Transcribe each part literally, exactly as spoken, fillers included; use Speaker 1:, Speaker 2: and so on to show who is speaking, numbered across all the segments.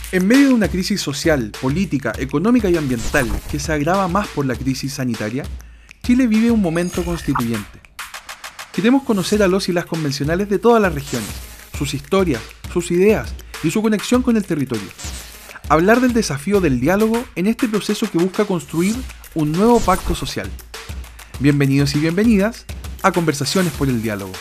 Speaker 1: En medio de una crisis social, política, económica y ambiental que se agrava más por la crisis sanitaria, Chile vive un momento constituyente. Queremos conocer a los y las convencionales de todas las regiones, sus historias, sus ideas y su conexión con el territorio. Hablar del desafío del diálogo en este proceso que busca construir un nuevo pacto social. Bienvenidos y bienvenidas a Conversaciones por el Diálogo.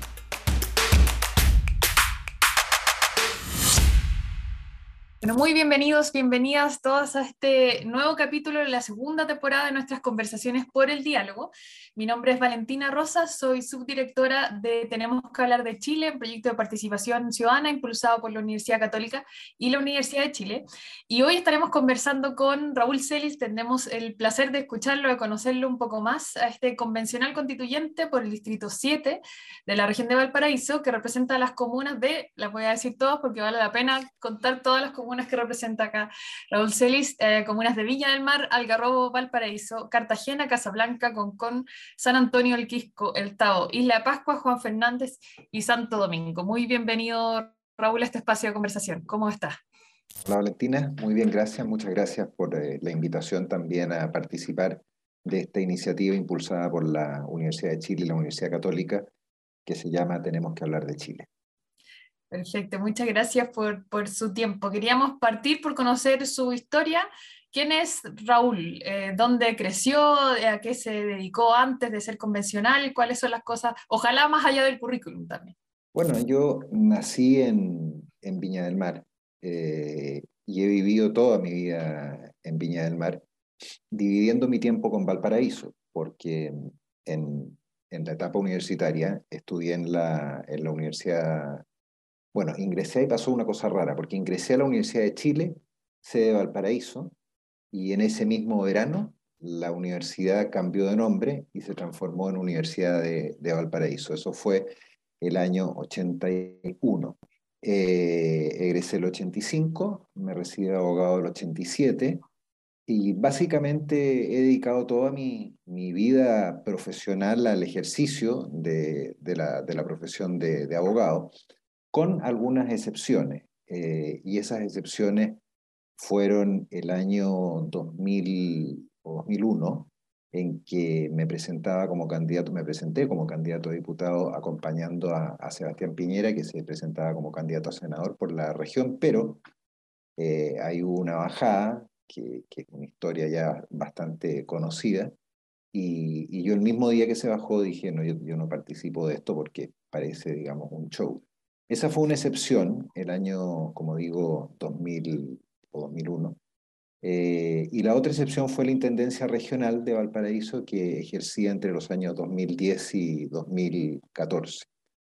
Speaker 2: Bueno, muy bienvenidos, bienvenidas todas a este nuevo capítulo de la segunda temporada de nuestras conversaciones por el diálogo. Mi nombre es Valentina Rosas, soy subdirectora de Tenemos que hablar de Chile, un proyecto de participación ciudadana impulsado por la Universidad Católica y la Universidad de Chile. Y hoy estaremos conversando con Raúl Celis, tendremos el placer de escucharlo, de conocerlo un poco más, a este convencional constituyente por el Distrito siete de la región de Valparaíso, que representa a las comunas de, las voy a decir todas porque vale la pena contar todas las comunas que representa acá Raúl Celis, eh, comunas de Viña del Mar, Algarrobo, Valparaíso, Cartagena, Casablanca, Concón, San Antonio, El Quisco, El Tao, Isla de Pascua, Juan Fernández y Santo Domingo. Muy bienvenido, Raúl, a este espacio de conversación. ¿Cómo estás?
Speaker 3: Hola Valentina, muy bien, gracias. Muchas gracias por eh, la invitación también a participar de esta iniciativa impulsada por la Universidad de Chile y la Universidad Católica que se llama Tenemos que hablar de Chile.
Speaker 2: Perfecto, muchas gracias por, por su tiempo. Queríamos partir por conocer su historia. ¿Quién es Raúl? Eh, ¿Dónde creció? ¿A qué se dedicó antes de ser convencional? ¿Cuáles son las cosas? Ojalá más allá del currículum también.
Speaker 3: Bueno, yo nací en, en Viña del Mar eh, y he vivido toda mi vida en Viña del Mar, dividiendo mi tiempo con Valparaíso, porque en, en la etapa universitaria estudié en la, en la Universidad. Bueno, ingresé y pasó una cosa rara, porque ingresé a la Universidad de Chile, sede de Valparaíso, y en ese mismo verano la universidad cambió de nombre y se transformó en Universidad de, de Valparaíso. Eso fue el año ochenta y uno. Eh, egresé el ochenta y cinco, me recibí de abogado el ochenta y siete y básicamente he dedicado toda mi, mi vida profesional al ejercicio de, de la, de la profesión de, de abogado con algunas excepciones. Eh, y esas excepciones fueron el año dos mil o dos mil uno, en que me presentaba como candidato, me presenté como candidato a diputado acompañando a, a Sebastián Piñera, que se presentaba como candidato a senador por la región, pero eh, hay una bajada, que, que es una historia ya bastante conocida, y, y yo el mismo día que se bajó dije, no, yo, yo no participo de esto porque parece, digamos, un show. Esa fue una excepción, el año, como digo, dos mil o dos mil uno. Eh, y la otra excepción fue la Intendencia Regional de Valparaíso, que ejercía entre los años dos mil diez y dos mil catorce.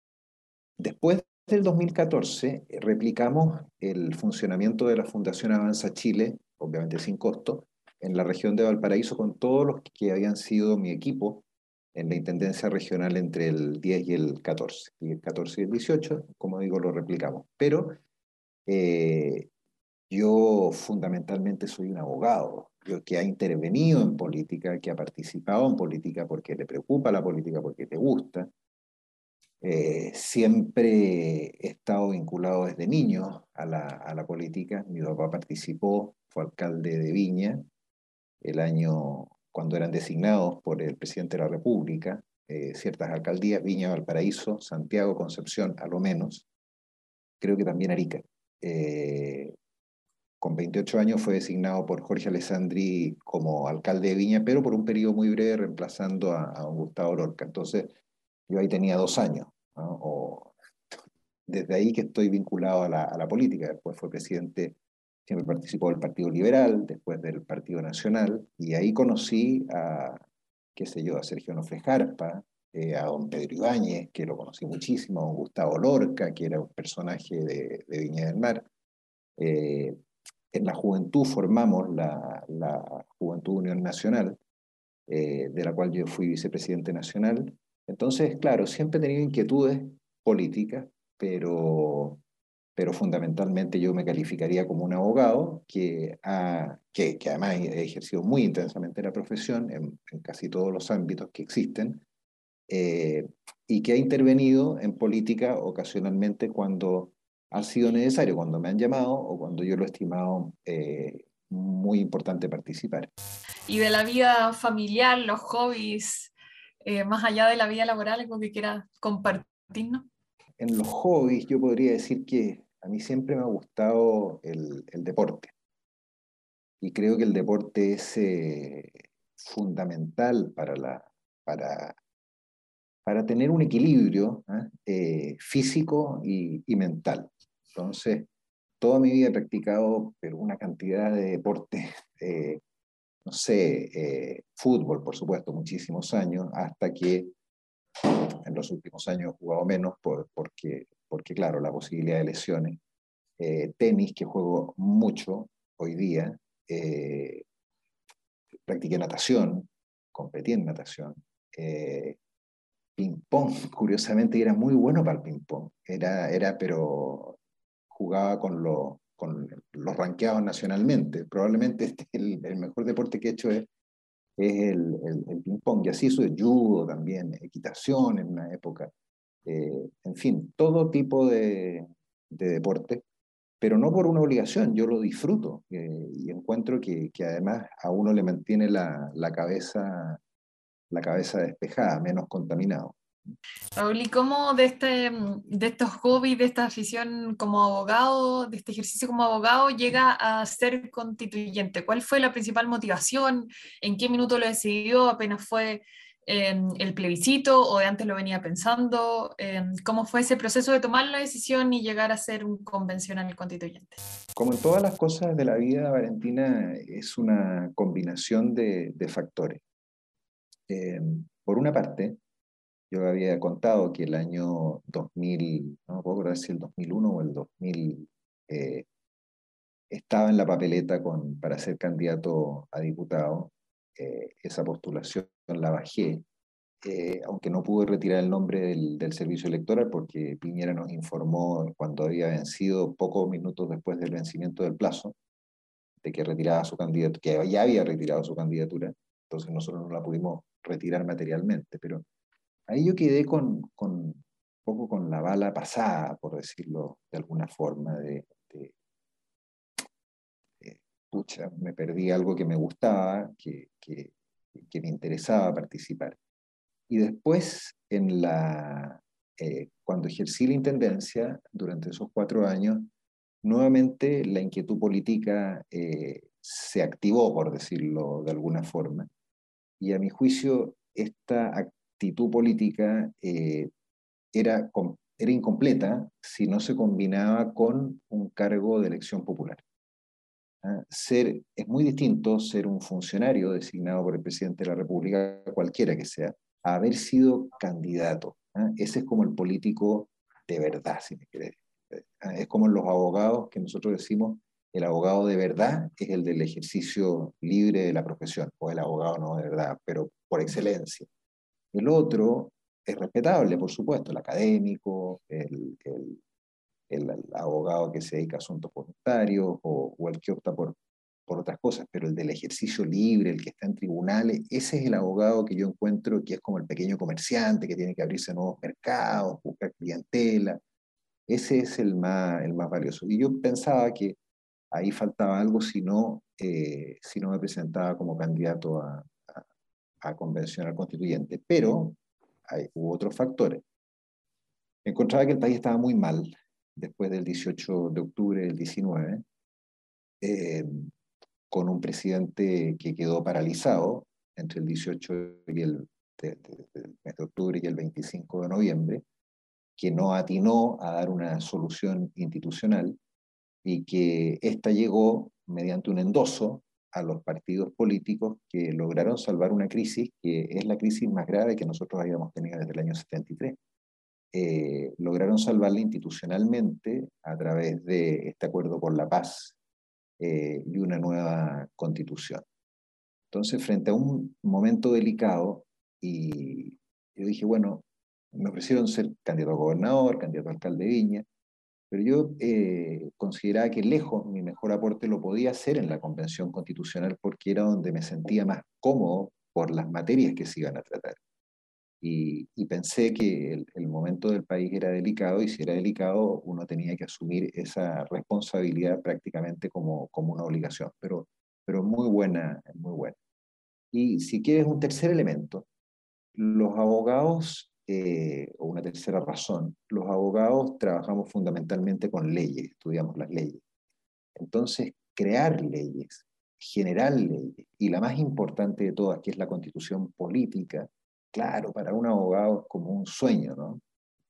Speaker 3: Después del dos mil catorce, eh, replicamos el funcionamiento de la Fundación Avanza Chile, obviamente sin costo, en la región de Valparaíso con todos los que habían sido mi equipo en la Intendencia Regional entre el diez y el catorce. Y el catorce y el dieciocho, como digo, lo replicamos. Pero eh, yo fundamentalmente soy un abogado, yo que ha intervenido en política, que ha participado en política porque le preocupa la política, porque le gusta. Eh, siempre he estado vinculado desde niño a la, a la política. Mi papá participó, fue alcalde de Viña el año cuando eran designados por el presidente de la República, eh, ciertas alcaldías, Viña, Valparaíso, Santiago, Concepción, a lo menos, creo que también Arica. Eh, con veintiocho años fue designado por Jorge Alessandri como alcalde de Viña, pero por un periodo muy breve reemplazando a, a don Gustavo Lorca. Entonces, yo ahí tenía dos años, ¿no? O, desde ahí que estoy vinculado a la, a la política. Después fue presidente, siempre participó del Partido Liberal, después del Partido Nacional, y ahí conocí a, qué sé yo, a Sergio Nofre Jarpa, eh, a don Pedro Ibáñez, que lo conocí muchísimo, a don Gustavo Lorca, que era un personaje de, de Viña del Mar. Eh, en la juventud formamos la, la Juventud Unión Nacional, eh, de la cual yo fui vicepresidente nacional. Entonces, claro, siempre he tenido inquietudes políticas, pero, pero fundamentalmente yo me calificaría como un abogado que, ha, que, que además he ejercido muy intensamente la profesión en, en casi todos los ámbitos que existen, eh, y que ha intervenido en política ocasionalmente cuando ha sido necesario cuando me han llamado o cuando yo lo he estimado eh, muy importante participar.
Speaker 2: Y de la vida familiar, los hobbies, eh, más allá de la vida laboral, algo que quieras compartirnos.
Speaker 3: En los hobbies yo podría decir que a mí siempre me ha gustado el, el deporte y creo que el deporte es eh, fundamental para, la, para, para tener un equilibrio ¿eh? Eh, físico y, y mental. Entonces, toda mi vida he practicado pero una cantidad de deportes, eh, no sé, eh, fútbol, por supuesto, muchísimos años, hasta que en los últimos años he jugado menos por, porque, porque, claro, la posibilidad de lesiones. Eh, tenis, que juego mucho hoy día, eh, practiqué natación, competí en natación, eh, ping-pong, curiosamente, era muy bueno para el ping-pong, era, era, pero jugaba con, lo, con los ranqueados nacionalmente, probablemente este, el, el mejor deporte que he hecho es, es el, el, el ping-pong, y así eso de judo también, equitación en una época, eh, en fin, todo tipo de, de deporte, pero no por una obligación, yo lo disfruto eh, y encuentro que, que además a uno le mantiene la, la, cabeza, la cabeza despejada, menos contaminado.
Speaker 2: Raúl, ¿y cómo de, este, de estos hobbies, de esta afición como abogado, de este ejercicio como abogado, llega a ser constituyente? ¿Cuál fue la principal motivación? ¿En qué minuto lo decidió? ¿Apenas fue eh, el plebiscito o de antes lo venía pensando? Eh, ¿Cómo fue ese proceso de tomar la decisión y llegar a ser un convencional constituyente?
Speaker 3: Como en todas las cosas de la vida, Valentina, es una combinación de, de factores. Eh, por una parte, yo había contado que el año dos mil, no me puedo acordar si el dos mil uno o el dos mil, eh, estaba en la papeleta con, para ser candidato a diputado. Eh, esa postulación la bajé, eh, aunque no pude retirar el nombre del, del servicio electoral porque Piñera nos informó cuando había vencido, pocos minutos después del vencimiento del plazo, de que retiraba su candidatura, que ya había retirado su candidatura, entonces nosotros no la pudimos retirar materialmente, pero ahí yo quedé con, con un poco con la bala pasada, por decirlo de alguna forma, de, de, de pucha, me perdí algo que me gustaba, que, que, que me interesaba participar. Y después, en la, eh, cuando ejercí la intendencia, durante esos cuatro años, nuevamente la inquietud política eh, se activó, por decirlo de alguna forma, y a mi juicio esta actitud política eh, era, era incompleta si no se combinaba con un cargo de elección popular. ¿Ah? Ser, es muy distinto ser un funcionario designado por el presidente de la República, cualquiera que sea, a haber sido candidato. ¿Ah? Ese es como el político de verdad, si me querés. ¿Ah? Es como los abogados que nosotros decimos, el abogado de verdad es el del ejercicio libre de la profesión, o el abogado no de verdad, pero por excelencia. El otro es respetable, por supuesto, el académico, el, el el, el abogado que se dedica a asuntos voluntarios o, o el que opta por, por otras cosas, pero el del ejercicio libre, el que está en tribunales, ese es el abogado que yo encuentro que es como el pequeño comerciante que tiene que abrirse nuevos mercados, buscar clientela, ese es el más, el más valioso. Y yo pensaba que ahí faltaba algo si no, eh, si no me presentaba como candidato a, a, a convencional constituyente, pero hay, hubo otros factores. Encontraba que el país estaba muy mal después del dieciocho de octubre del diecinueve, eh, con un presidente que quedó paralizado entre el dieciocho y el, de, de, de, mes de octubre y el veinticinco de noviembre, que no atinó a dar una solución institucional y que esta llegó mediante un endoso a los partidos políticos que lograron salvar una crisis que es la crisis más grave que nosotros habíamos tenido desde el año setenta y tres. Eh, lograron salvarla institucionalmente a través de este acuerdo por la paz eh, y una nueva constitución. Entonces, frente a un momento delicado, y yo dije, bueno, me ofrecieron ser candidato a gobernador, candidato a alcalde de Viña, pero yo eh, consideraba que lejos mi mejor aporte lo podía hacer en la convención constitucional porque era donde me sentía más cómodo por las materias que se iban a tratar. Y, y pensé que el, el momento del país era delicado, y si era delicado uno tenía que asumir esa responsabilidad prácticamente como, como una obligación, pero, pero muy buena, muy buena. Y si quieres un tercer elemento, los abogados, eh, o una tercera razón, los abogados trabajamos fundamentalmente con leyes, estudiamos las leyes. Entonces, crear leyes, generar leyes, y la más importante de todas, que es la constitución política, claro, para un abogado es como un sueño, ¿no?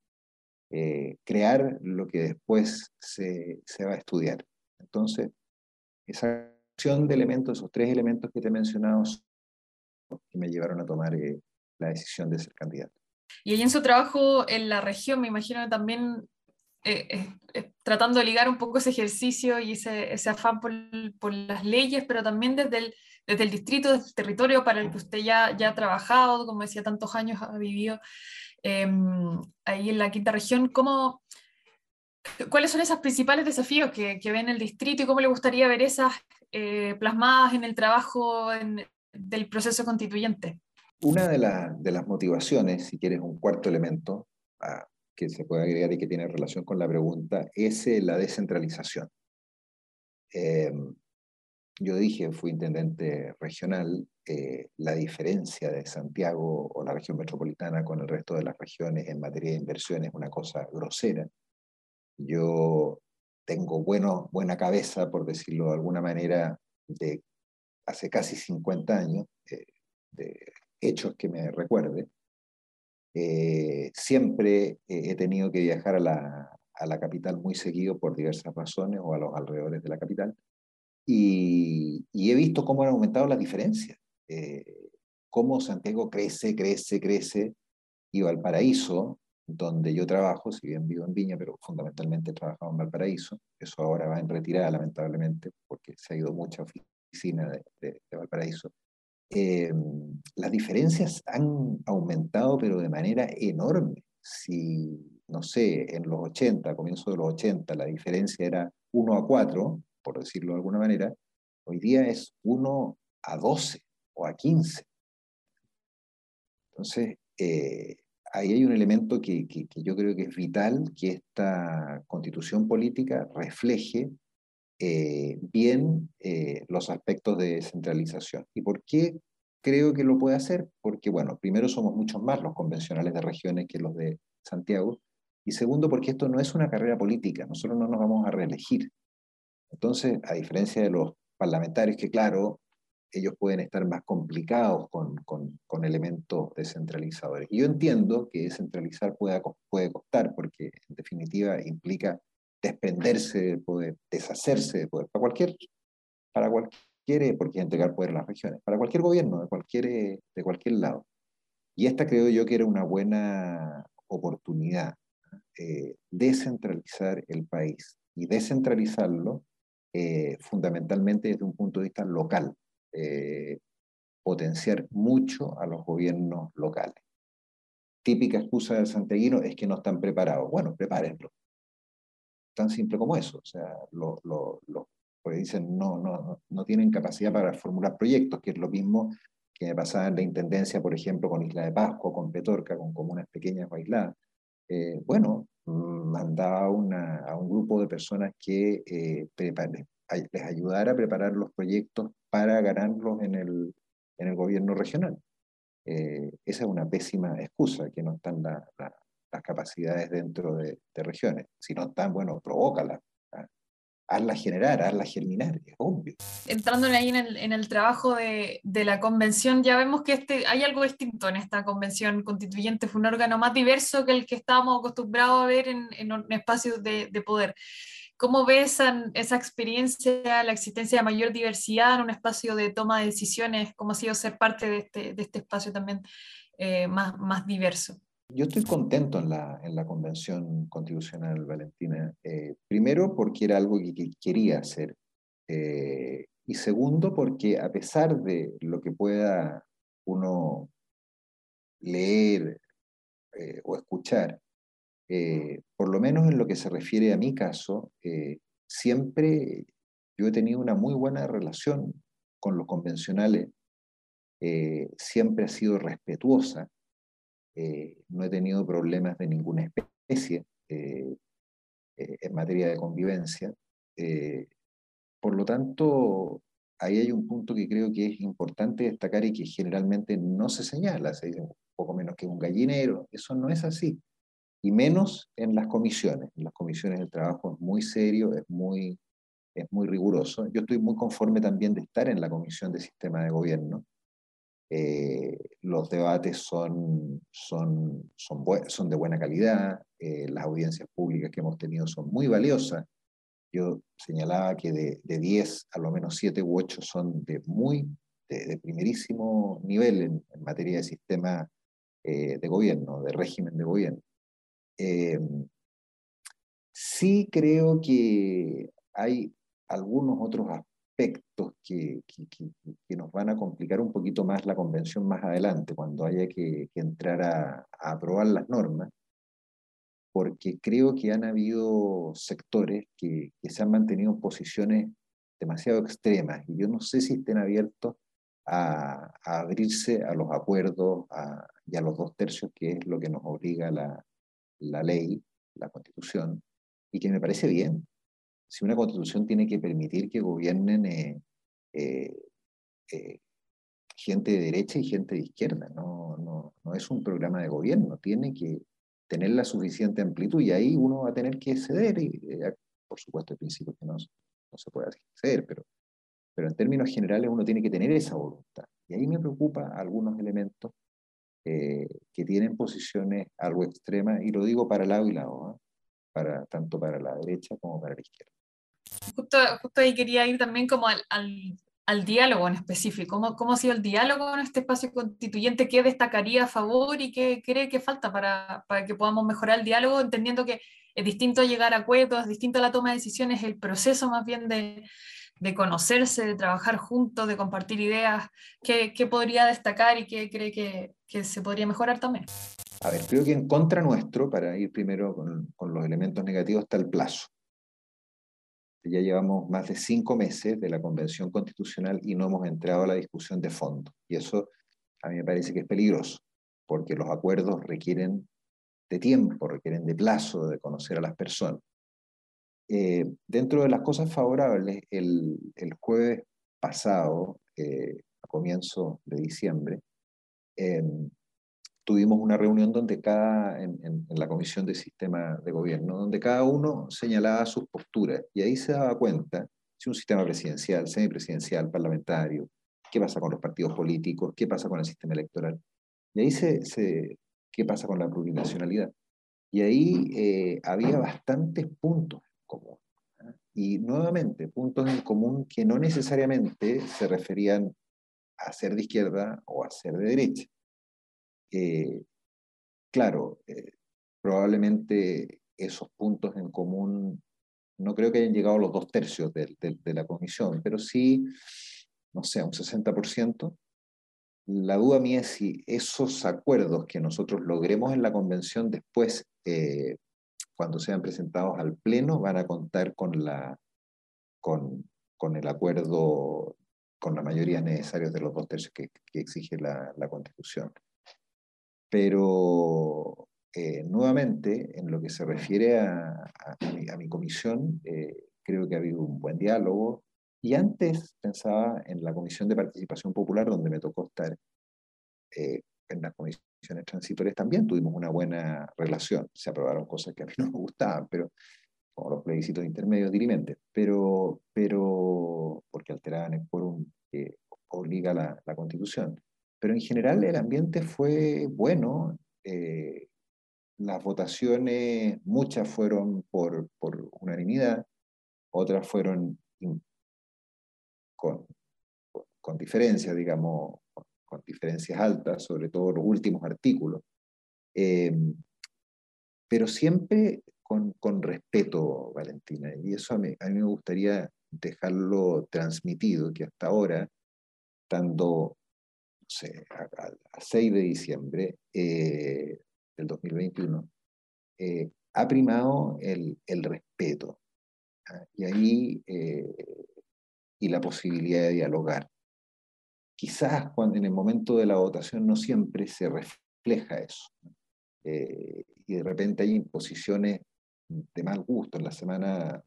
Speaker 3: Eh, crear lo que después se, se va a estudiar. Entonces, esa acción de elementos, esos tres elementos que te he mencionado, son los que me llevaron a tomar eh, la decisión de ser candidato.
Speaker 2: Y ahí en su trabajo en la región, me imagino que también eh, eh, eh, tratando de ligar un poco ese ejercicio y ese, ese afán por, por, las leyes, pero también desde el, desde el distrito, desde el territorio para el que usted ya, ya ha trabajado, como decía, tantos años ha vivido eh, ahí en la quinta región. ¿Cómo, ¿Cuáles son esos principales desafíos que, que ve en el distrito y cómo le gustaría ver esas eh, plasmadas en el trabajo en, del proceso constituyente?
Speaker 3: Una de, la, de las motivaciones, si quieres un cuarto elemento, ah, que se puede agregar y que tiene relación con la pregunta, es eh, la descentralización. Eh, yo dije, fui intendente regional, eh, la diferencia de Santiago o la región metropolitana con el resto de las regiones en materia de inversión es una cosa grosera. Yo tengo bueno, buena cabeza, por decirlo de alguna manera, de hace casi cincuenta años, eh, de hechos que me recuerde. Eh, siempre eh, he tenido que viajar a la, a la capital muy seguido por diversas razones, o a los alrededores de la capital, y, y he visto cómo han aumentado las diferencias, eh, cómo Santiago crece, crece, crece, y Valparaíso, donde yo trabajo, si bien vivo en Viña, pero fundamentalmente he trabajado en Valparaíso, eso ahora va en retirada lamentablemente, porque se ha ido mucha oficina de, de, de Valparaíso. Eh, las diferencias han aumentado, pero de manera enorme. Si, no sé, en los ochenta, comienzo de los ochenta, la diferencia era uno a cuatro, por decirlo de alguna manera, hoy día es uno a doce o a quince. Entonces, eh, ahí hay un elemento que, que, que yo creo que es vital, que esta constitución política refleje eh, bien eh, los aspectos de descentralización. ¿Y por qué creo que lo puede hacer? Porque, bueno, primero somos muchos más los convencionales de regiones que los de Santiago, y segundo, porque esto no es una carrera política, nosotros no nos vamos a reelegir. Entonces, a diferencia de los parlamentarios, que claro, ellos pueden estar más complicados con, con, con elementos descentralizadores. Y yo entiendo que descentralizar puede, puede costar, porque en definitiva implica desprenderse del poder, deshacerse del poder, para cualquier, para cualquier, porque entregar poder a las regiones, para cualquier gobierno, de cualquier, de cualquier lado. Y esta creo yo que era una buena oportunidad, eh, descentralizar el país, y descentralizarlo eh, fundamentalmente desde un punto de vista local, eh, potenciar mucho a los gobiernos locales. Típica excusa del santiaguino es que no están preparados. Bueno, prepárenlo. Tan simple como eso. O sea, lo, lo, lo, porque dicen no, no, no tienen capacidad para formular proyectos, que es lo mismo que me pasaba en la intendencia, por ejemplo, con Isla de Pascua, con Petorca, con comunas pequeñas o aisladas. Eh, bueno, mandaba una, a un grupo de personas que eh, prepare, les ayudara a preparar los proyectos para ganarlos en el, en el gobierno regional. Eh, esa es una pésima excusa, que no están la, la, las capacidades dentro de, de regiones. Si no están, bueno, provócalas. ¿Ah? Hazla generar, hazla germinar, es obvio.
Speaker 2: Entrando ahí en el, en el trabajo de, de, la convención, ya vemos que este, hay algo distinto en esta convención constituyente, fue un órgano más diverso que el que estábamos acostumbrados a ver en, en espacios de, de poder. ¿Cómo ves esa, esa experiencia, la existencia de mayor diversidad en un espacio de toma de decisiones? ¿Cómo ha sido ser parte de este, de este espacio también eh, más, más diverso?
Speaker 3: Yo estoy contento en la, en la Convención Constitucional, Valentina. Eh, primero, porque era algo que, que quería hacer. Eh, y segundo, porque a pesar de lo que pueda uno leer eh, o escuchar, eh, por lo menos en lo que se refiere a mi caso, eh, siempre yo he tenido una muy buena relación con los convencionales, eh, siempre ha sido respetuosa. eh, no he tenido problemas de ninguna especie eh, eh, en materia de convivencia. Eh, por lo tanto, ahí hay un punto que creo que es importante destacar y que generalmente no se señala, se dice un poco menos que un gallinero, eso no es así, y menos en las comisiones. En las comisiones el trabajo es muy serio, es muy, es muy riguroso. Yo estoy muy conforme también de estar en la Comisión de Sistema de Gobierno. Eh, los debates son, son, son, son de buena calidad, eh, las audiencias públicas que hemos tenido son muy valiosas. Yo señalaba que de, de diez, a lo menos siete u ocho son de muy, de, de primerísimo nivel en, en materia de sistema eh, de gobierno, de régimen de gobierno. Eh, sí creo que hay algunos otros aspectos que, que, que, que nos van a complicar un poquito más la convención más adelante, cuando haya que, que entrar a, a aprobar las normas, porque creo que han habido sectores que, que se han mantenido en posiciones demasiado extremas y yo no sé si estén abiertos a, a abrirse a los acuerdos a, y a los dos tercios, que es lo que nos obliga la, la ley, la Constitución, y que me parece bien. Si una Constitución tiene que permitir que gobiernen eh, eh, eh, gente de derecha y gente de izquierda, no, no, no es un programa de gobierno, tiene que tener la suficiente amplitud y ahí uno va a tener que ceder, y eh, por supuesto hay principios que no, no se puede ceder, pero, pero en términos generales uno tiene que tener esa voluntad. Y ahí me preocupa algunos elementos eh, que tienen posiciones algo extremas, y lo digo para lado y lado, ¿eh? Para, tanto para la derecha como para la izquierda.
Speaker 2: Justo, justo ahí quería ir también como al, al, al diálogo en específico. ¿Cómo, ¿Cómo ha sido el diálogo en este espacio constituyente? ¿Qué destacaría a favor y qué cree que falta para, para que podamos mejorar el diálogo, entendiendo que es distinto llegar a acuerdos, es distinto la toma de decisiones, el proceso más bien de, de conocerse, de trabajar juntos, de compartir ideas? ¿Qué, qué podría destacar y qué cree que, que se podría mejorar también?
Speaker 3: A ver, creo que en contra nuestro, para ir primero con, con los elementos negativos, está el plazo. Ya llevamos más de cinco meses de la Convención Constitucional y no hemos entrado a la discusión de fondo. Y eso a mí me parece que es peligroso, porque los acuerdos requieren de tiempo, requieren de plazo, de conocer a las personas. Eh, dentro de las cosas favorables, el, el jueves pasado, eh, a comienzo de diciembre, eh, tuvimos una reunión donde cada, en, en, en la Comisión de Sistema de Gobierno, donde cada uno señalaba sus posturas, y ahí se daba cuenta si un sistema presidencial, semipresidencial, parlamentario, qué pasa con los partidos políticos, qué pasa con el sistema electoral, y ahí se, se qué pasa con la plurinacionalidad. Y ahí eh, había bastantes puntos en común. ¿eh? Y nuevamente, puntos en común que no necesariamente se referían a ser de izquierda o a ser de derecha. Eh, claro, eh, probablemente esos puntos en común no creo que hayan llegado a los dos tercios de, de, de la comisión, pero sí, no sé, un sesenta por ciento. La duda mía es si esos acuerdos que nosotros logremos en la convención después, eh, cuando sean presentados al Pleno, van a contar con, la, con, con el acuerdo, con la mayoría necesaria de los dos tercios que, que exige la, la Constitución. Pero eh, nuevamente, en lo que se refiere a, a, a, mi, a mi comisión, eh, creo que ha habido un buen diálogo. Y antes pensaba en la Comisión de Participación Popular, donde me tocó estar eh, en las comisiones transitorias, también tuvimos una buena relación. Se aprobaron cosas que a mí no me gustaban, pero como los plebiscitos intermedios dirimentes, pero, pero porque alteraban el quórum que obliga la, la Constitución. Pero en general el ambiente fue bueno. Eh, las votaciones, muchas fueron por, por unanimidad, otras fueron in, con, con, con diferencias, digamos, con, con diferencias altas, sobre todo los últimos artículos. Eh, pero siempre con, con respeto, Valentina, y eso a mí, a mí me gustaría dejarlo transmitido, que hasta ahora, estando no sé, a, a, a seis de diciembre eh, del dos mil veintiuno, eh, ha primado el, el respeto, ¿ah? Y ahí eh, y la posibilidad de dialogar. Quizás cuando en el momento de la votación no siempre se refleja refleja eso. Eh, y de repente hay imposiciones de mal gusto. En la semana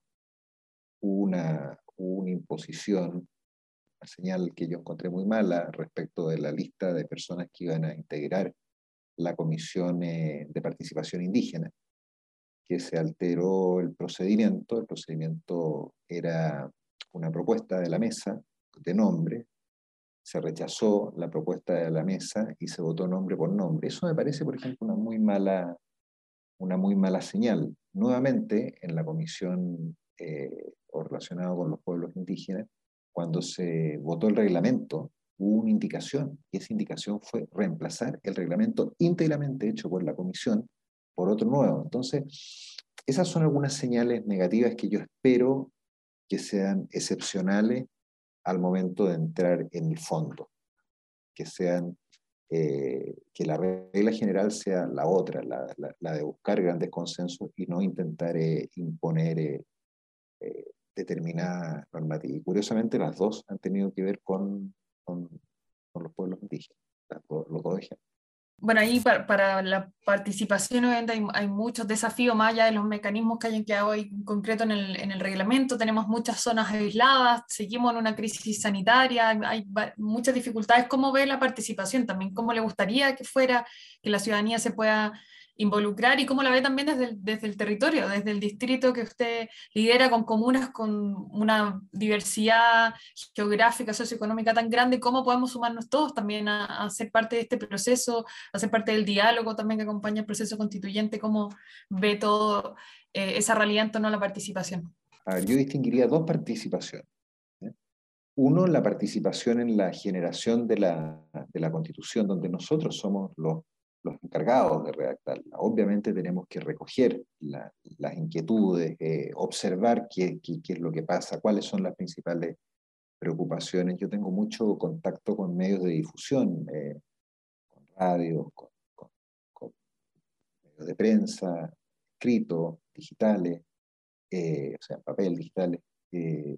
Speaker 3: hubo una, hubo una imposición, una señal que yo encontré muy mala respecto de la lista de personas que iban a integrar la Comisión eh, de Participación Indígena, que se alteró el procedimiento. El procedimiento era una propuesta de la mesa de nombre, se rechazó la propuesta de la mesa y se votó nombre por nombre. Eso me parece, por ejemplo, una muy mala, una muy mala señal. Nuevamente, en la comisión eh, o relacionada con los pueblos indígenas, cuando se votó el reglamento, hubo una indicación, y esa indicación fue reemplazar el reglamento íntegramente hecho por la comisión por otro nuevo. Entonces, esas son algunas señales negativas que yo espero que sean excepcionales al momento de entrar en el fondo, que sean, eh, que la regla general sea la otra, la, la, la de buscar grandes consensos y no intentar eh, imponer eh, eh, determinada normativa. Y curiosamente las dos han tenido que ver con, con, con los pueblos indígenas, las do, los dos ejemplos.
Speaker 2: Bueno, ahí para, para la participación obviamente hay, hay muchos desafíos, más allá de los mecanismos que hayan quedado ahí en concreto en el, en el reglamento. Tenemos muchas zonas aisladas, seguimos en una crisis sanitaria, hay muchas dificultades. ¿Cómo ve la participación también? ¿Cómo le gustaría que fuera, que la ciudadanía se pueda involucrar, y cómo la ve también desde el, desde el territorio, desde el distrito que usted lidera, con comunas con una diversidad geográfica, socioeconómica tan grande? ¿Cómo podemos sumarnos todos también a, a ser parte de este proceso, a ser parte del diálogo también que acompaña el proceso constituyente? ¿Cómo ve todo eh, esa realidad en torno a la participación?
Speaker 3: A ver, yo distinguiría dos participaciones. ¿eh? Uno, la participación en la generación de la, de la Constitución, donde nosotros somos los los encargados de redactarla. Obviamente tenemos que recoger la, las inquietudes, eh, observar qué, qué, qué es lo que pasa, cuáles son las principales preocupaciones. Yo tengo mucho contacto con medios de difusión, eh, con radios, con, con, con medios de prensa, escritos, digitales, eh, o sea, papel, digitales, eh,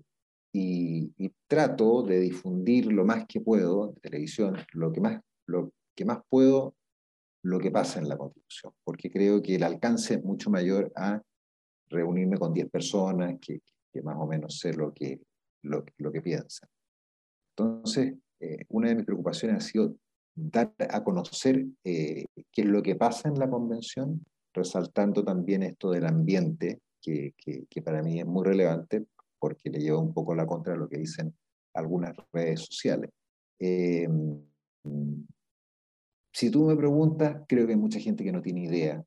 Speaker 3: y, y trato de difundir lo más que puedo, de televisión, lo que más, lo que más puedo, lo que pasa en la Constitución, porque creo que el alcance es mucho mayor a reunirme con diez personas que, que más o menos sé lo que, lo, lo que piensan. Entonces, eh, una de mis preocupaciones ha sido dar a conocer eh, qué es lo que pasa en la convención, resaltando también esto del ambiente, que, que, que para mí es muy relevante, porque le lleva un poco la contra a lo que dicen algunas redes sociales. Eh, Si tú me preguntas, creo que hay mucha gente que no tiene idea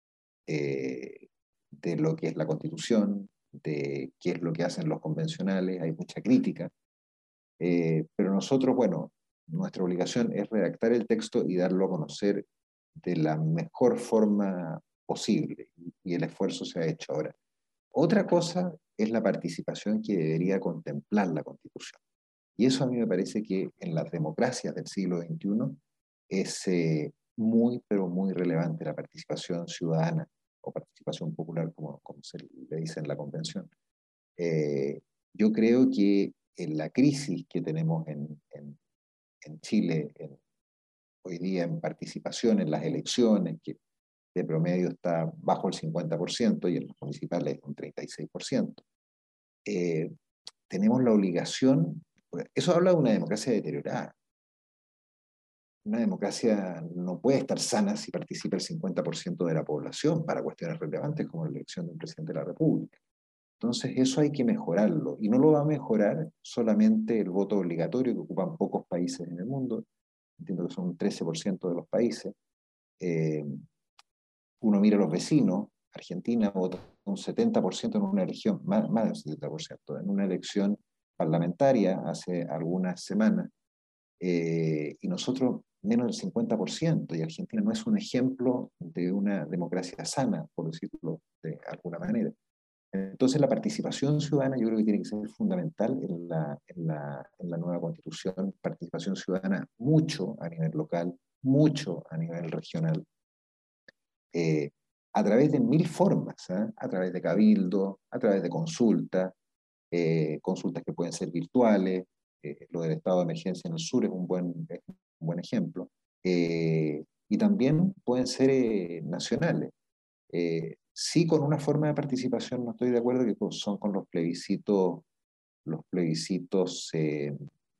Speaker 3: eh, de lo que es la Constitución, de qué es lo que hacen los convencionales, hay mucha crítica, eh, pero nosotros, bueno, nuestra obligación es redactar el texto y darlo a conocer de la mejor forma posible, y, y el esfuerzo se ha hecho ahora. Otra cosa es la participación que debería contemplar la Constitución. Y eso a mí me parece que en las democracias del siglo veintiuno es eh, muy, pero muy relevante la participación ciudadana o participación popular, como, como se le dice en la convención. Eh, yo creo que en la crisis que tenemos en, en, en Chile en, hoy día en participación en las elecciones, que de promedio está bajo el cincuenta por ciento y en los municipales un treinta y seis por ciento, eh, tenemos la obligación, eso habla de una democracia deteriorada. Una democracia no puede estar sana si participa el cincuenta por ciento de la población para cuestiones relevantes como la elección de un presidente de la República. Entonces eso hay que mejorarlo, y no lo va a mejorar solamente el voto obligatorio que ocupan pocos países en el mundo. Entiendo que son un trece por ciento de los países. Eh, uno mira a los vecinos, Argentina votó un setenta por ciento en una elección, más, más del setenta por ciento, en una elección parlamentaria hace algunas semanas, eh, y nosotros menos del cincuenta por ciento, y Argentina no es un ejemplo de una democracia sana, por decirlo de alguna manera. Entonces la participación ciudadana yo creo que tiene que ser fundamental en la, en la, en la nueva Constitución, participación ciudadana mucho a nivel local, mucho a nivel regional, eh, a través de mil formas, ¿eh? A través de cabildo, a través de consultas, eh, consultas que pueden ser virtuales, eh, lo del estado de emergencia en el sur es un buen, es un buen ejemplo, eh, y también pueden ser eh, nacionales. Eh, sí, con una forma de participación no estoy de acuerdo, que son con los plebiscitos, los plebiscitos eh,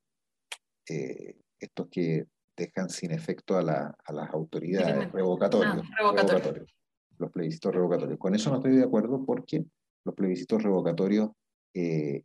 Speaker 3: eh, estos que dejan sin efecto a, la, a las autoridades,
Speaker 2: Ah,
Speaker 3: revocatorios,
Speaker 2: revocatorio.
Speaker 3: revocatorios, los plebiscitos revocatorios. Con eso no estoy de acuerdo porque los plebiscitos revocatorios eh,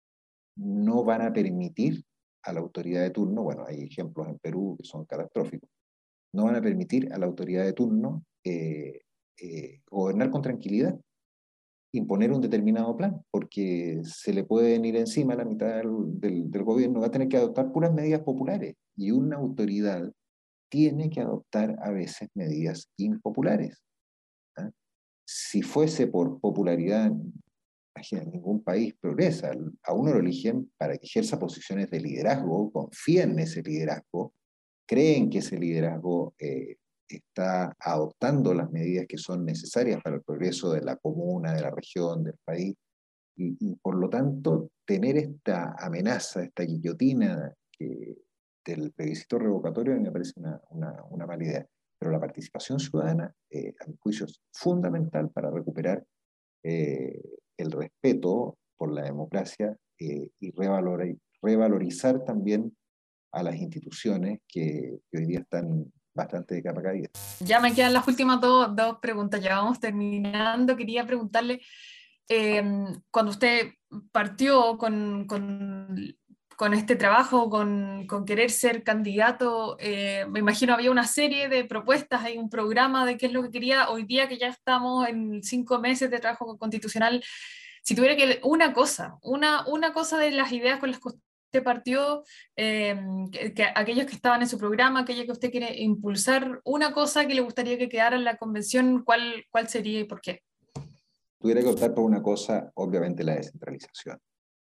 Speaker 3: no van a permitir a la autoridad de turno, bueno, hay ejemplos en Perú que son catastróficos, no van a permitir a la autoridad de turno eh, eh, gobernar con tranquilidad, imponer un determinado plan, porque se le puede venir encima a la mitad del, del, del gobierno, va a tener que adoptar puras medidas populares, y una autoridad tiene que adoptar a veces medidas impopulares. ¿eh? Si fuese por popularidad, imagínate, ningún país progresa. A uno lo eligen para que ejerza posiciones de liderazgo, confíen en ese liderazgo, creen que ese liderazgo eh, está adoptando las medidas que son necesarias para el progreso de la comuna, de la región, del país, y, y por lo tanto tener esta amenaza, esta guillotina que, del plebiscito revocatorio me parece una, una, una mala idea. Pero la participación ciudadana, eh, a mi juicio, es fundamental para recuperar eh, el respeto por la democracia eh, y revalor, revalorizar también a las instituciones que, que hoy día están bastante de capa caída.
Speaker 2: Ya me quedan las últimas dos, dos preguntas, ya vamos terminando. Quería preguntarle, eh, cuando usted partió con, con, con este trabajo, con, con querer ser candidato, eh, me imagino había una serie de propuestas, hay un programa de qué es lo que quería. Hoy día que ya estamos en cinco meses de trabajo constitucional, si tuviera que una cosa, una, una cosa de las ideas con las que usted partió, eh, que, que aquellos que estaban en su programa, aquellos que usted quiere impulsar, una cosa que le gustaría que quedara en la convención, ¿cuál, cuál sería y por qué?
Speaker 3: Tuviera que optar por una cosa, obviamente la descentralización.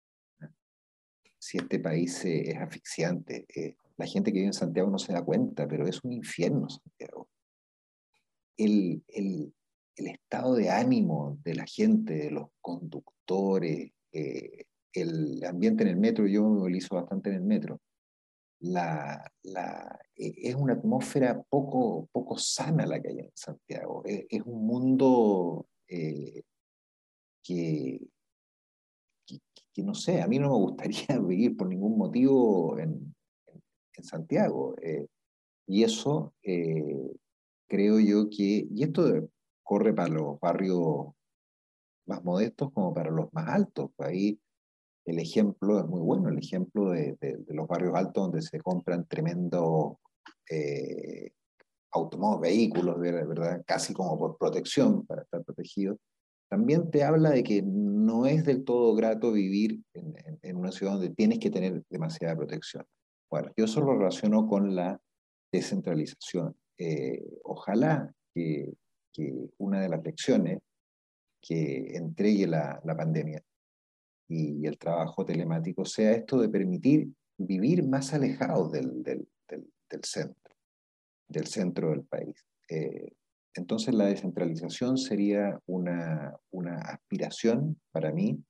Speaker 3: Si este país eh, es asfixiante, eh, la gente que vive en Santiago no se da cuenta, pero es un infierno Santiago. El, el, el estado de ánimo de la gente, de los conductores, eh, el ambiente en el metro, yo me movilizo bastante en el metro, la, la, eh, es una atmósfera poco, poco sana la que hay en Santiago. Es, es un mundo eh, que, que, que, no sé, a mí no me gustaría vivir por ningún motivo en, en, en Santiago. Eh, y eso eh, creo yo que, y esto corre para los barrios más modestos como para los más altos. Ahí el ejemplo es muy bueno, el ejemplo de, de, de los barrios altos donde se compran tremendos eh, automóviles, vehículos, ¿verdad? Casi como por protección, para estar protegidos. También te habla de que no es del todo grato vivir en, en, en una ciudad donde tienes que tener demasiada protección. Bueno, yo eso lo relaciono con la descentralización. Eh, ojalá que, que una de las lecciones que entregue la, la pandemia y, y el trabajo telemático sea esto de permitir vivir más alejados del, del, del, del centro, del centro del país. Eh, entonces la descentralización sería una, una aspiración para mí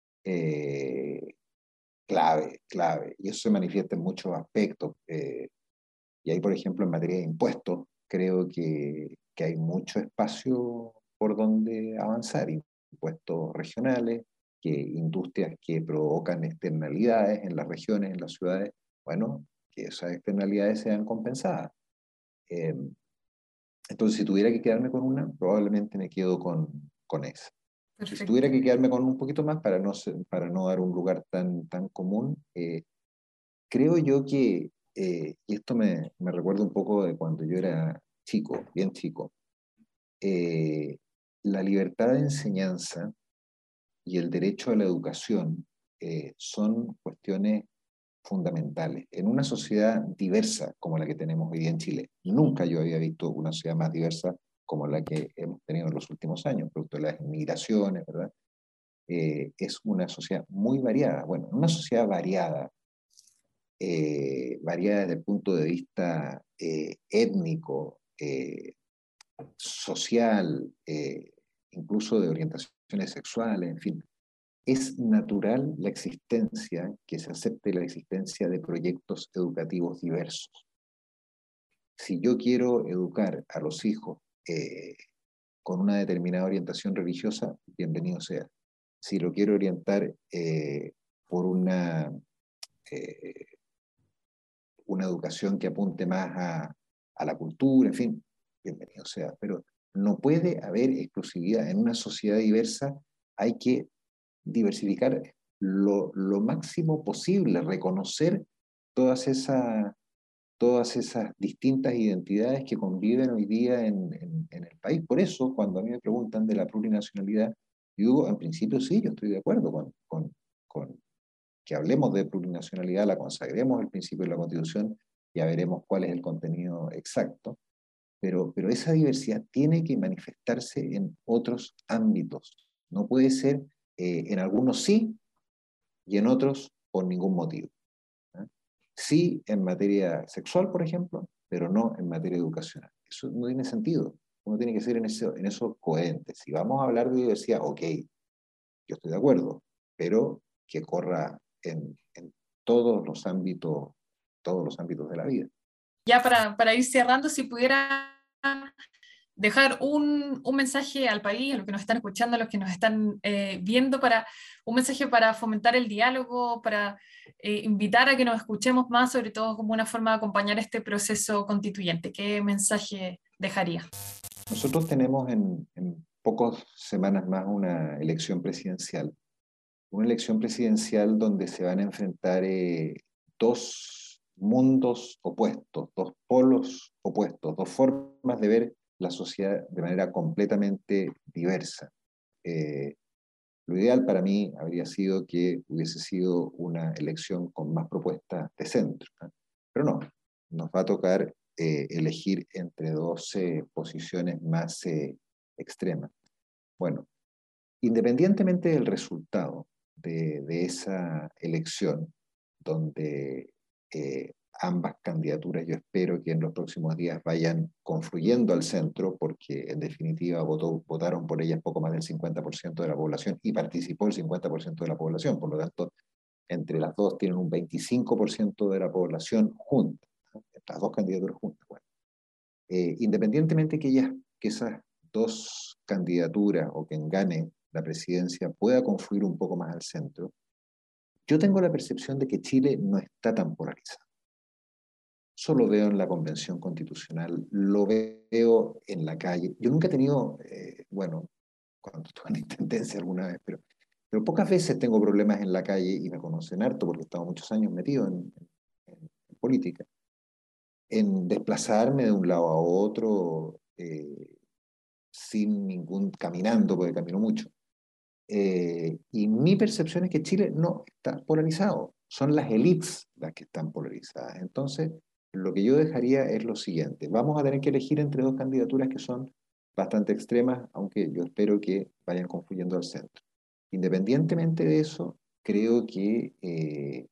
Speaker 3: eh, clave, clave, y eso se manifiesta en muchos aspectos. Eh, y ahí, por ejemplo, en materia de impuestos, creo que, que hay mucho espacio por donde avanzar, impuestos regionales, que industrias que provocan externalidades en las regiones, en las ciudades, bueno, que esas externalidades sean compensadas. Eh, entonces, si tuviera que quedarme con una, probablemente me quedo con, con esa. Y si tuviera que quedarme con un poquito más para no, ser, para no dar un lugar tan, tan común, eh, creo yo que, eh, y esto me, me recuerda un poco de cuando yo era chico, bien chico, eh, la libertad de enseñanza y el derecho a la educación eh, son cuestiones fundamentales. En una sociedad diversa como la que tenemos hoy día en Chile, nunca yo había visto una sociedad más diversa como la que hemos tenido en los últimos años, producto de las inmigraciones, ¿verdad? Eh, es una sociedad muy variada. Bueno, una sociedad variada, eh, variada desde el punto de vista eh, étnico, eh, social, eh, incluso de orientaciones sexuales, en fin. Es natural la existencia, que se acepte la existencia de proyectos educativos diversos. Si yo quiero educar a los hijos eh, con una determinada orientación religiosa, bienvenido sea. Si lo quiero orientar eh, por una, eh, una educación que apunte más a, a la cultura, en fin, bienvenido sea. Pero no puede haber exclusividad. En una sociedad diversa hay que diversificar lo, lo máximo posible, reconocer todas esas, todas esas distintas identidades que conviven hoy día en, en, en el país. Por eso, cuando a mí me preguntan de la plurinacionalidad, yo digo, en principio sí, yo estoy de acuerdo con, con, con que hablemos de plurinacionalidad, la consagremos el principio de la Constitución, ya veremos cuál es el contenido exacto, pero, pero esa diversidad tiene que manifestarse en otros ámbitos. No puede ser, eh, en algunos sí, y en otros por ningún motivo. ¿eh? Sí en materia sexual, por ejemplo, pero no en materia educacional. Eso no tiene sentido. Uno tiene que ser en eso, en eso coherente. Si vamos a hablar de diversidad, ok, yo estoy de acuerdo, pero que corra en, en todos los ámbitos, todos los ámbitos de la vida.
Speaker 2: Ya para, para ir cerrando, si pudiera dejar un, un mensaje al país, a los que nos están escuchando, a los que nos están eh, viendo, para un mensaje para fomentar el diálogo, para eh, invitar a que nos escuchemos más, sobre todo como una forma de acompañar este proceso constituyente. ¿Qué mensaje dejaría?
Speaker 3: Nosotros tenemos en, en pocas semanas más una elección presidencial. Una elección presidencial donde se van a enfrentar eh, dos mundos opuestos, dos polos opuestos, dos formas de ver la sociedad de manera completamente diversa. Eh, lo ideal para mí habría sido que hubiese sido una elección con más propuestas de centro, ¿eh? Pero no, nos va a tocar eh, elegir entre dos eh, posiciones más eh, extremas. Bueno, independientemente del resultado de, de esa elección, donde eh, ambas candidaturas yo espero que en los próximos días vayan confluyendo al centro, porque en definitiva votó, votaron por ellas poco más del cincuenta por ciento de la población y participó el cincuenta por ciento de la población, por lo tanto, entre las dos tienen un veinticinco por ciento de la población junta, ¿no? Las dos candidaturas juntas. Bueno, eh, independientemente que, ellas, que esas dos candidaturas o quien gane la presidencia pueda confluir un poco más al centro, yo tengo la percepción de que Chile no está tan polarizado. Eso lo veo en la Convención Constitucional, lo veo en la calle. Yo nunca he tenido, eh, bueno, cuando estuve en la intendencia alguna vez, pero, pero pocas veces tengo problemas en la calle y me conocen harto porque he estado muchos años metido en, en, en política, en desplazarme de un lado a otro eh, sin ningún, caminando, porque camino mucho. Eh, y mi percepción es que Chile no está polarizado, son las élites las que están polarizadas. Entonces, lo que yo dejaría es lo siguiente, vamos a tener que elegir entre dos candidaturas que son bastante extremas, aunque yo espero que vayan confluyendo al centro. Independientemente de eso, creo que eh,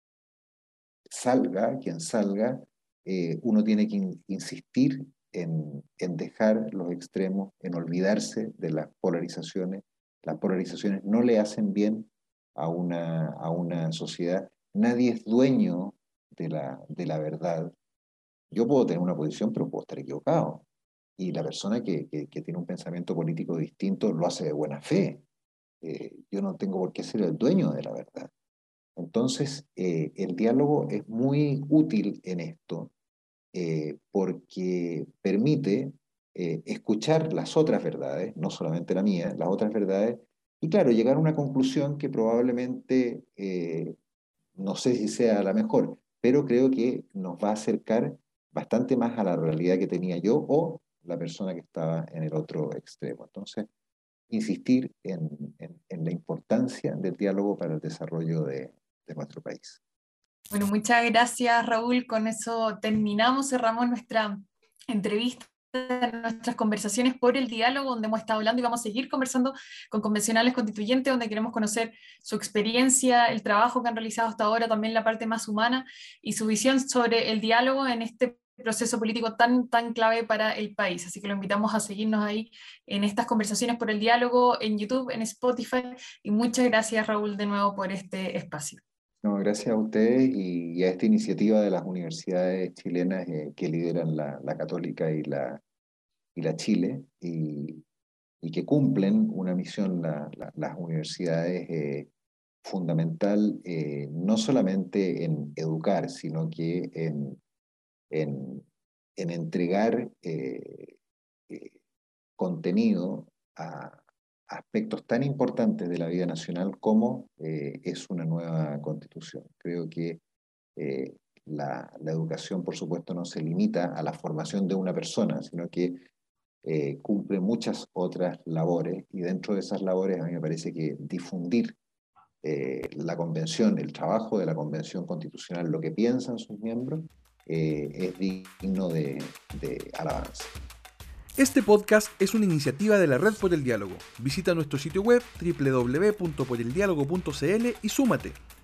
Speaker 3: salga quien salga, eh, uno tiene que in insistir en, en dejar los extremos, en olvidarse de las polarizaciones. Las polarizaciones no le hacen bien a una, a una sociedad. Nadie es dueño de la, de la verdad. Yo puedo tener una posición, pero puedo estar equivocado. Y la persona que, que, que tiene un pensamiento político distinto lo hace de buena fe. Eh, yo no tengo por qué ser el dueño de la verdad. Entonces, eh, el diálogo es muy útil en esto eh, porque permite eh, escuchar las otras verdades, no solamente la mía, las otras verdades, y claro, llegar a una conclusión que probablemente eh, no sé si sea la mejor, pero creo que nos va a acercar bastante más a la realidad que tenía yo o la persona que estaba en el otro extremo. Entonces, insistir en, en, en la importancia del diálogo para el desarrollo de, de nuestro país.
Speaker 2: Bueno, muchas gracias, Raúl. Con eso terminamos, cerramos nuestra entrevista, nuestras conversaciones por el diálogo, donde hemos estado hablando y vamos a seguir conversando con convencionales constituyentes, donde queremos conocer su experiencia, el trabajo que han realizado hasta ahora, también la parte más humana y su visión sobre el diálogo en este proceso político tan, tan clave para el país. Así que lo invitamos a seguirnos ahí en estas conversaciones por el diálogo en YouTube, en Spotify, y muchas gracias, Raúl, de nuevo por este espacio.
Speaker 3: No, gracias a ustedes y, y a esta iniciativa de las universidades chilenas eh, que lideran la, la Católica y la, y la Chile y, y que cumplen una misión la- la- las universidades eh, fundamental eh, no solamente en educar, sino que en, en, en entregar eh, eh, contenido a aspectos tan importantes de la vida nacional como eh, es una nueva constitución. Creo que eh, la, la educación, por supuesto, no se limita a la formación de una persona, sino que eh, cumple muchas otras labores y dentro de esas labores a mí me parece que difundir eh, la convención, el trabajo de la convención constitucional, lo que piensan sus miembros, eh, es digno de, de alabanza.
Speaker 1: Este podcast es una iniciativa de la Red por el Diálogo. Visita nuestro sitio web doble u doble u doble u punto por el diálogo punto c l y súmate.